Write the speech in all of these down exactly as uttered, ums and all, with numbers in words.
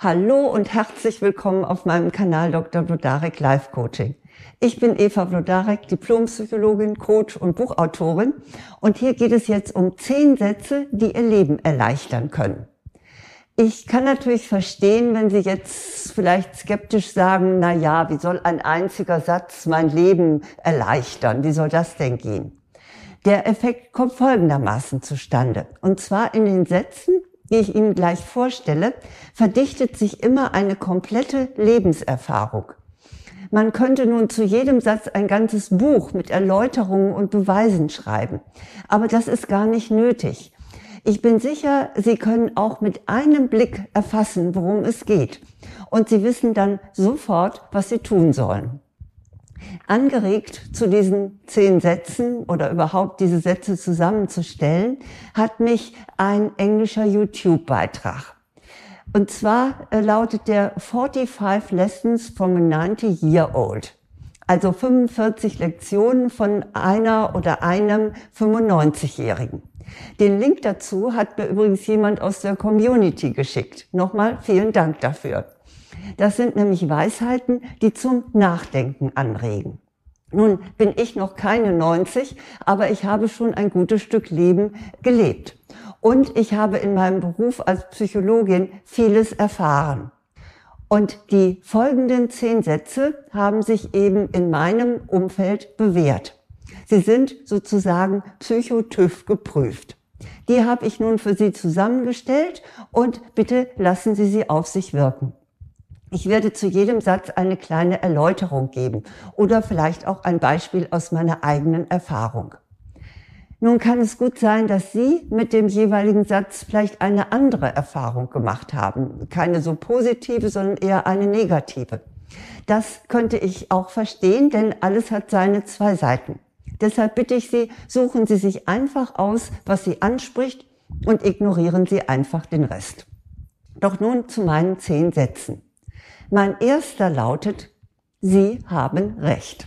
Hallo und herzlich willkommen auf meinem Kanal Doktor Wlodarek Life Coaching. Ich bin Eva Wlodarek, Diplompsychologin, Coach und Buchautorin und hier geht es jetzt um zehn Sätze, die Ihr Leben erleichtern können. Ich kann natürlich verstehen, wenn Sie jetzt vielleicht skeptisch sagen, na ja, wie soll ein einziger Satz mein Leben erleichtern? Wie soll das denn gehen? Der Effekt kommt folgendermaßen zustande. Und zwar in den Sätzen, die ich Ihnen gleich vorstelle, verdichtet sich immer eine komplette Lebenserfahrung. Man könnte nun zu jedem Satz ein ganzes Buch mit Erläuterungen und Beweisen schreiben. Aber das ist gar nicht nötig. Ich bin sicher, Sie können auch mit einem Blick erfassen, worum es geht. Und Sie wissen dann sofort, was Sie tun sollen. Angeregt zu diesen zehn Sätzen oder überhaupt diese Sätze zusammenzustellen, hat mich ein englischer YouTube-Beitrag. Und zwar lautet der forty-five Lessons from a ninety-year-old. Also fünfundvierzig Lektionen von einer oder einem fünfundneunzigjährigen. Den Link dazu hat mir übrigens jemand aus der Community geschickt. Nochmal vielen Dank dafür. Das sind nämlich Weisheiten, die zum Nachdenken anregen. Nun bin ich noch keine neunzig, aber ich habe schon ein gutes Stück Leben gelebt. Und ich habe in meinem Beruf als Psychologin vieles erfahren. Und die folgenden zehn Sätze haben sich eben in meinem Umfeld bewährt. Sie sind sozusagen Psycho-TÜV geprüft. Die habe ich nun für Sie zusammengestellt und bitte lassen Sie sie auf sich wirken. Ich werde zu jedem Satz eine kleine Erläuterung geben oder vielleicht auch ein Beispiel aus meiner eigenen Erfahrung. Nun kann es gut sein, dass Sie mit dem jeweiligen Satz vielleicht eine andere Erfahrung gemacht haben. Keine so positive, sondern eher eine negative. Das könnte ich auch verstehen, denn alles hat seine zwei Seiten. Deshalb bitte ich Sie, suchen Sie sich einfach aus, was Sie anspricht und ignorieren Sie einfach den Rest. Doch nun zu meinen zehn Sätzen. Mein erster lautet, Sie haben Recht.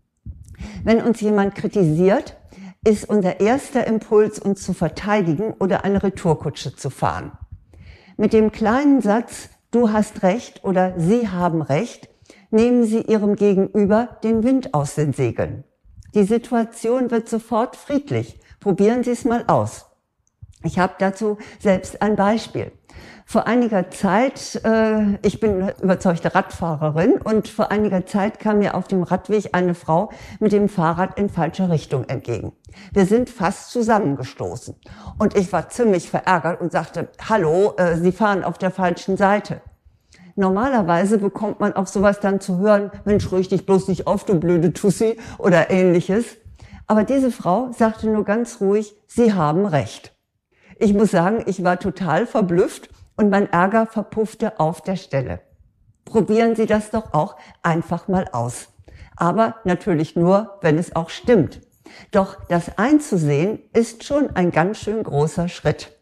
Wenn uns jemand kritisiert, ist unser erster Impuls, uns zu verteidigen oder eine Retourkutsche zu fahren. Mit dem kleinen Satz, du hast Recht oder Sie haben Recht, nehmen Sie Ihrem Gegenüber den Wind aus den Segeln. Die Situation wird sofort friedlich. Probieren Sie es mal aus. Ich habe dazu selbst ein Beispiel. Vor einiger Zeit, äh, ich bin überzeugte Radfahrerin und vor einiger Zeit kam mir auf dem Radweg eine Frau mit dem Fahrrad in falscher Richtung entgegen. Wir sind fast zusammengestoßen und ich war ziemlich verärgert und sagte, hallo, äh, Sie fahren auf der falschen Seite. Normalerweise bekommt man auf sowas dann zu hören, Mensch, rühr dich bloß nicht auf, du blöde Tussi oder ähnliches. Aber diese Frau sagte nur ganz ruhig, Sie haben Recht. Ich muss sagen, ich war total verblüfft und mein Ärger verpuffte auf der Stelle. Probieren Sie das doch auch einfach mal aus. Aber natürlich nur, wenn es auch stimmt. Doch das einzusehen ist schon ein ganz schön großer Schritt.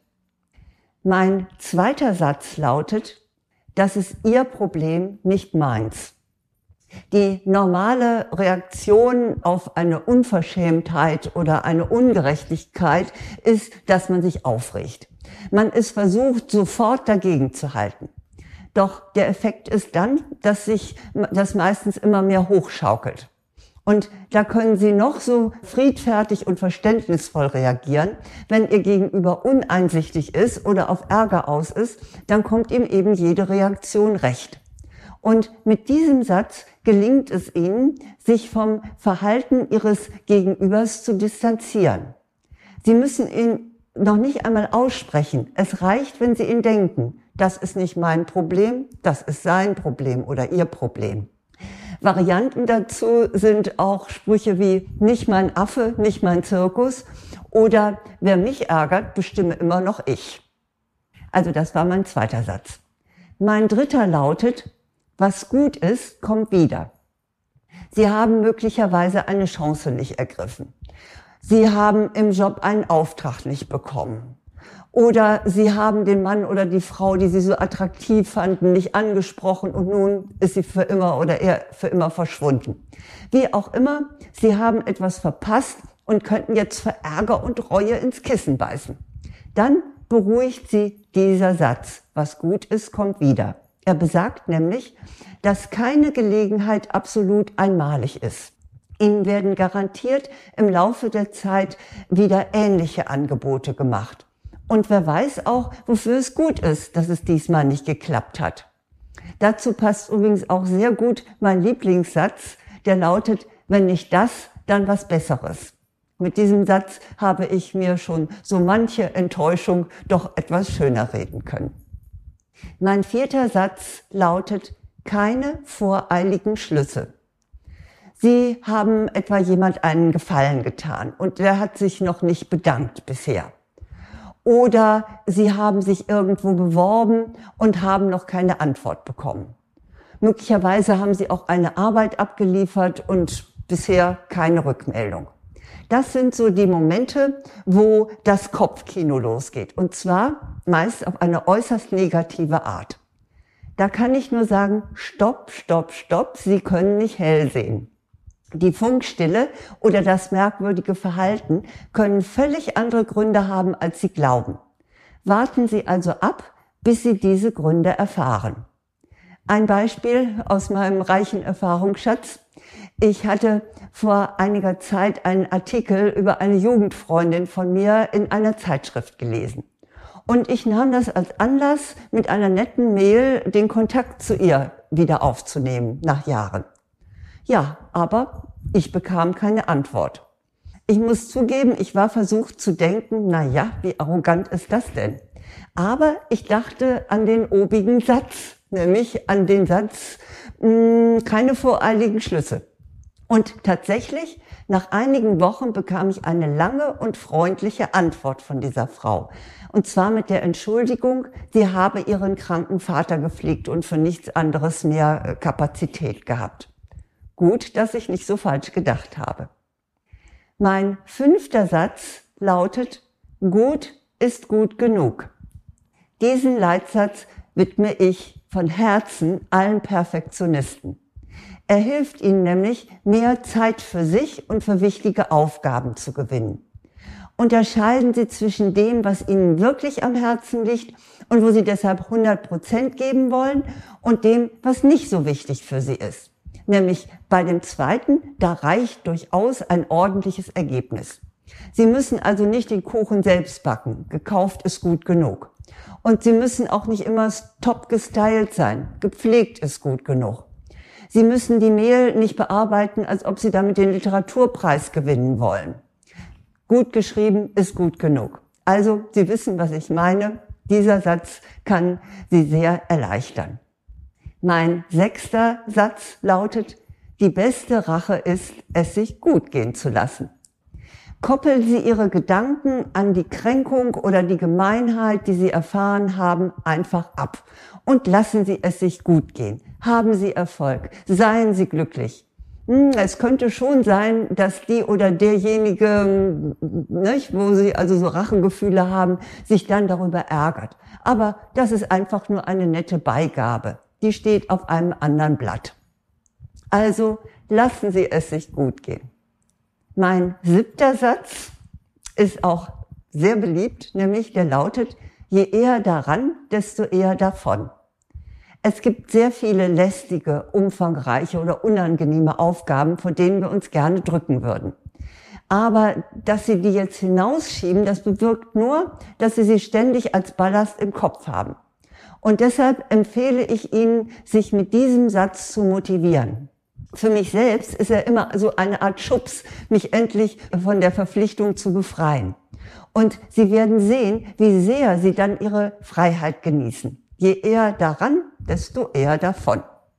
Mein zweiter Satz lautet, das ist Ihr Problem, nicht meins. Die normale Reaktion auf eine Unverschämtheit oder eine Ungerechtigkeit ist, dass man sich aufregt. Man ist versucht, sofort dagegen zu halten. Doch der Effekt ist dann, dass sich das meistens immer mehr hochschaukelt. Und da können Sie noch so friedfertig und verständnisvoll reagieren. Wenn Ihr Gegenüber uneinsichtig ist oder auf Ärger aus ist, dann kommt ihm eben jede Reaktion recht. Und mit diesem Satz gelingt es Ihnen, sich vom Verhalten Ihres Gegenübers zu distanzieren. Sie müssen ihn noch nicht einmal aussprechen. Es reicht, wenn Sie ihn denken. Das ist nicht mein Problem, das ist sein Problem oder Ihr Problem. Varianten dazu sind auch Sprüche wie nicht mein Affe, nicht mein Zirkus oder wer mich ärgert, bestimme immer noch ich. Also das war mein zweiter Satz. Mein dritter lautet, was gut ist, kommt wieder. Sie haben möglicherweise eine Chance nicht ergriffen. Sie haben im Job einen Auftrag nicht bekommen. Oder Sie haben den Mann oder die Frau, die Sie so attraktiv fanden, nicht angesprochen und nun ist sie für immer oder er für immer verschwunden. Wie auch immer, Sie haben etwas verpasst und könnten jetzt vor Ärger und Reue ins Kissen beißen. Dann beruhigt Sie dieser Satz. Was gut ist, kommt wieder. Er besagt nämlich, dass keine Gelegenheit absolut einmalig ist. Ihnen werden garantiert im Laufe der Zeit wieder ähnliche Angebote gemacht. Und wer weiß auch, wofür es gut ist, dass es diesmal nicht geklappt hat. Dazu passt übrigens auch sehr gut mein Lieblingssatz, der lautet, wenn nicht das, dann was Besseres. Mit diesem Satz habe ich mir schon so manche Enttäuschung doch etwas schöner reden können. Mein vierter Satz lautet, keine voreiligen Schlüsse. Sie haben etwa jemand einen Gefallen getan und der hat sich noch nicht bedankt bisher. Oder Sie haben sich irgendwo beworben und haben noch keine Antwort bekommen. Möglicherweise haben Sie auch eine Arbeit abgeliefert und bisher keine Rückmeldung. Das sind so die Momente, wo das Kopfkino losgeht. Und zwar meist auf eine äußerst negative Art. Da kann ich nur sagen, stopp, stopp, stopp, Sie können nicht hell sehen. Die Funkstille oder das merkwürdige Verhalten können völlig andere Gründe haben, als Sie glauben. Warten Sie also ab, bis Sie diese Gründe erfahren. Ein Beispiel aus meinem reichen Erfahrungsschatz. Ich hatte vor einiger Zeit einen Artikel über eine Jugendfreundin von mir in einer Zeitschrift gelesen. Und ich nahm das als Anlass, mit einer netten Mail den Kontakt zu ihr wieder aufzunehmen, nach Jahren. Ja, aber ich bekam keine Antwort. Ich muss zugeben, ich war versucht zu denken, na ja, wie arrogant ist das denn? Aber ich dachte an den obigen Satz, nämlich an den Satz, mh, keine voreiligen Schlüsse. Und tatsächlich, nach einigen Wochen bekam ich eine lange und freundliche Antwort von dieser Frau. Und zwar mit der Entschuldigung, sie habe ihren kranken Vater gepflegt und für nichts anderes mehr Kapazität gehabt. Gut, dass ich nicht so falsch gedacht habe. Mein fünfter Satz lautet, gut ist gut genug. Diesen Leitsatz widme ich von Herzen allen Perfektionisten. Er hilft ihnen nämlich, mehr Zeit für sich und für wichtige Aufgaben zu gewinnen. Unterscheiden Sie zwischen dem, was Ihnen wirklich am Herzen liegt und wo Sie deshalb hundert Prozent geben wollen, und dem, was nicht so wichtig für Sie ist. Nämlich bei dem zweiten, da reicht durchaus ein ordentliches Ergebnis. Sie müssen also nicht den Kuchen selbst backen, gekauft ist gut genug. Und Sie müssen auch nicht immer top gestylt sein, gepflegt ist gut genug. Sie müssen die Mail nicht bearbeiten, als ob Sie damit den Literaturpreis gewinnen wollen. Gut geschrieben ist gut genug. Also, Sie wissen, was ich meine. Dieser Satz kann Sie sehr erleichtern. Mein sechster Satz lautet, die beste Rache ist, es sich gut gehen zu lassen. Koppeln Sie Ihre Gedanken an die Kränkung oder die Gemeinheit, die Sie erfahren haben, einfach ab. Und lassen Sie es sich gut gehen. Haben Sie Erfolg. Seien Sie glücklich. Es könnte schon sein, dass die oder derjenige, nicht, wo Sie also so Rachegefühle haben, sich dann darüber ärgert. Aber das ist einfach nur eine nette Beigabe. Die steht auf einem anderen Blatt. Also lassen Sie es sich gut gehen. Mein siebter Satz ist auch sehr beliebt, nämlich der lautet, je eher daran, desto eher davon. Es gibt sehr viele lästige, umfangreiche oder unangenehme Aufgaben, vor denen wir uns gerne drücken würden. Aber dass Sie die jetzt hinausschieben, das bewirkt nur, dass Sie sie ständig als Ballast im Kopf haben. Und deshalb empfehle ich Ihnen, sich mit diesem Satz zu motivieren. Für mich selbst ist er immer so eine Art Schubs, mich endlich von der Verpflichtung zu befreien. Und Sie werden sehen, wie sehr Sie dann Ihre Freiheit genießen. Je eher daran, desto eher davon.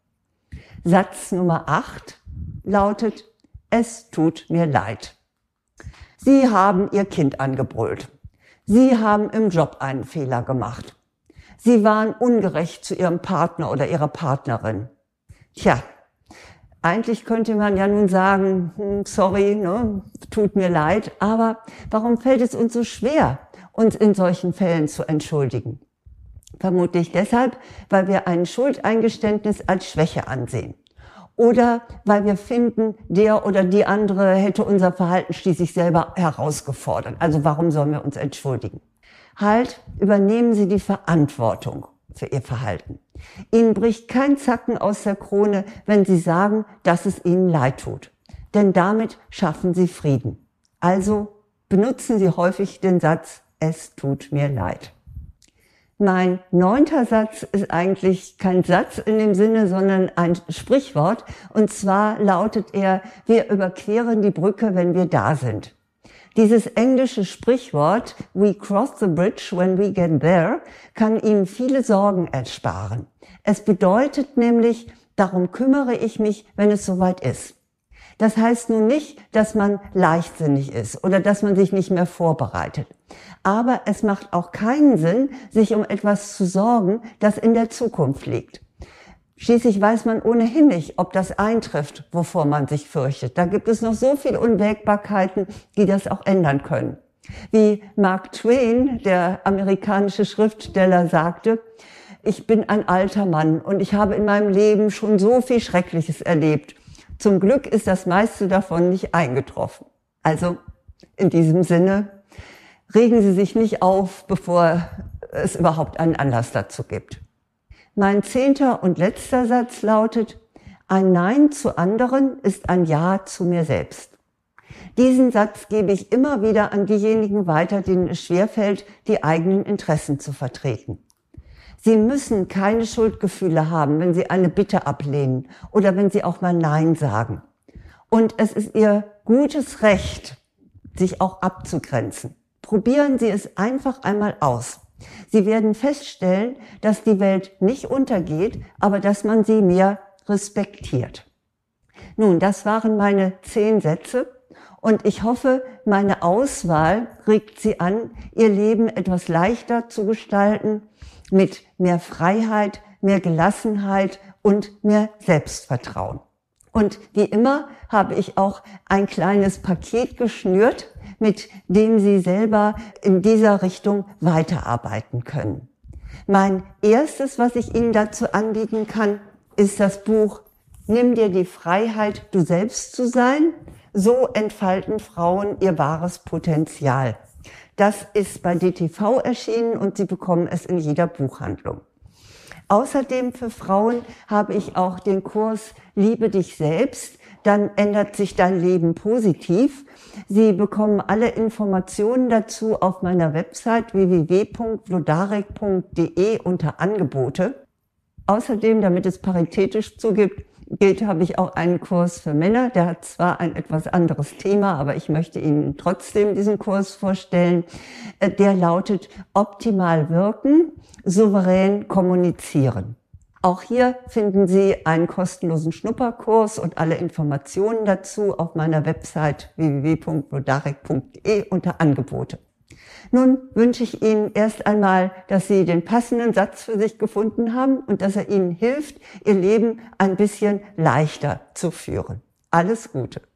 Satz Nummer acht lautet, es tut mir leid. Sie haben Ihr Kind angebrüllt. Sie haben im Job einen Fehler gemacht. Sie waren ungerecht zu Ihrem Partner oder Ihrer Partnerin. Tja, eigentlich könnte man ja nun sagen, hm, sorry, ne, tut mir leid, aber warum fällt es uns so schwer, uns in solchen Fällen zu entschuldigen? Vermutlich deshalb, weil wir ein Schuldeingeständnis als Schwäche ansehen. Oder weil wir finden, der oder die andere hätte unser Verhalten schließlich selber herausgefordert. Also warum sollen wir uns entschuldigen? Halt, übernehmen Sie die Verantwortung für ihr Verhalten. Ihnen bricht kein Zacken aus der Krone, wenn Sie sagen, dass es Ihnen leid tut. Denn damit schaffen Sie Frieden. Also benutzen Sie häufig den Satz, es tut mir leid. Mein neunter Satz ist eigentlich kein Satz in dem Sinne, sondern ein Sprichwort. Und zwar lautet er, wir überqueren die Brücke, wenn wir da sind. Dieses englische Sprichwort, we cross the bridge when we get there, kann Ihnen viele Sorgen ersparen. Es bedeutet nämlich, darum kümmere ich mich, wenn es soweit ist. Das heißt nun nicht, dass man leichtsinnig ist oder dass man sich nicht mehr vorbereitet. Aber es macht auch keinen Sinn, sich um etwas zu sorgen, das in der Zukunft liegt. Schließlich weiß man ohnehin nicht, ob das eintrifft, wovor man sich fürchtet. Da gibt es noch so viele Unwägbarkeiten, die das auch ändern können. Wie Mark Twain, der amerikanische Schriftsteller, sagte, ich bin ein alter Mann und ich habe in meinem Leben schon so viel Schreckliches erlebt. Zum Glück ist das meiste davon nicht eingetroffen. Also in diesem Sinne, regen Sie sich nicht auf, bevor es überhaupt einen Anlass dazu gibt. Mein zehnter und letzter Satz lautet, ein Nein zu anderen ist ein Ja zu mir selbst. Diesen Satz gebe ich immer wieder an diejenigen weiter, denen es schwerfällt, die eigenen Interessen zu vertreten. Sie müssen keine Schuldgefühle haben, wenn Sie eine Bitte ablehnen oder wenn Sie auch mal Nein sagen. Und es ist Ihr gutes Recht, sich auch abzugrenzen. Probieren Sie es einfach einmal aus. Sie werden feststellen, dass die Welt nicht untergeht, aber dass man sie mehr respektiert. Nun, das waren meine zehn Sätze und ich hoffe, meine Auswahl regt Sie an, Ihr Leben etwas leichter zu gestalten, mit mehr Freiheit, mehr Gelassenheit und mehr Selbstvertrauen. Und wie immer habe ich auch ein kleines Paket geschnürt, mit dem Sie selber in dieser Richtung weiterarbeiten können. Mein erstes, was ich Ihnen dazu anbieten kann, ist das Buch Nimm dir die Freiheit, du selbst zu sein. So entfalten Frauen ihr wahres Potenzial. Das ist bei D T V erschienen und Sie bekommen es in jeder Buchhandlung. Außerdem für Frauen habe ich auch den Kurs Liebe dich selbst, dann ändert sich dein Leben positiv. Sie bekommen alle Informationen dazu auf meiner Website w w w punkt vlodarek punkt de unter Angebote. Außerdem, damit es paritätisch zugibt, gilt, habe ich auch einen Kurs für Männer. Der hat zwar ein etwas anderes Thema, aber ich möchte Ihnen trotzdem diesen Kurs vorstellen. Der lautet Optimal wirken, souverän kommunizieren. Auch hier finden Sie einen kostenlosen Schnupperkurs und alle Informationen dazu auf meiner Website w w w punkt vlodarek punkt de unter Angebote. Nun wünsche ich Ihnen erst einmal, dass Sie den passenden Satz für sich gefunden haben und dass er Ihnen hilft, Ihr Leben ein bisschen leichter zu führen. Alles Gute!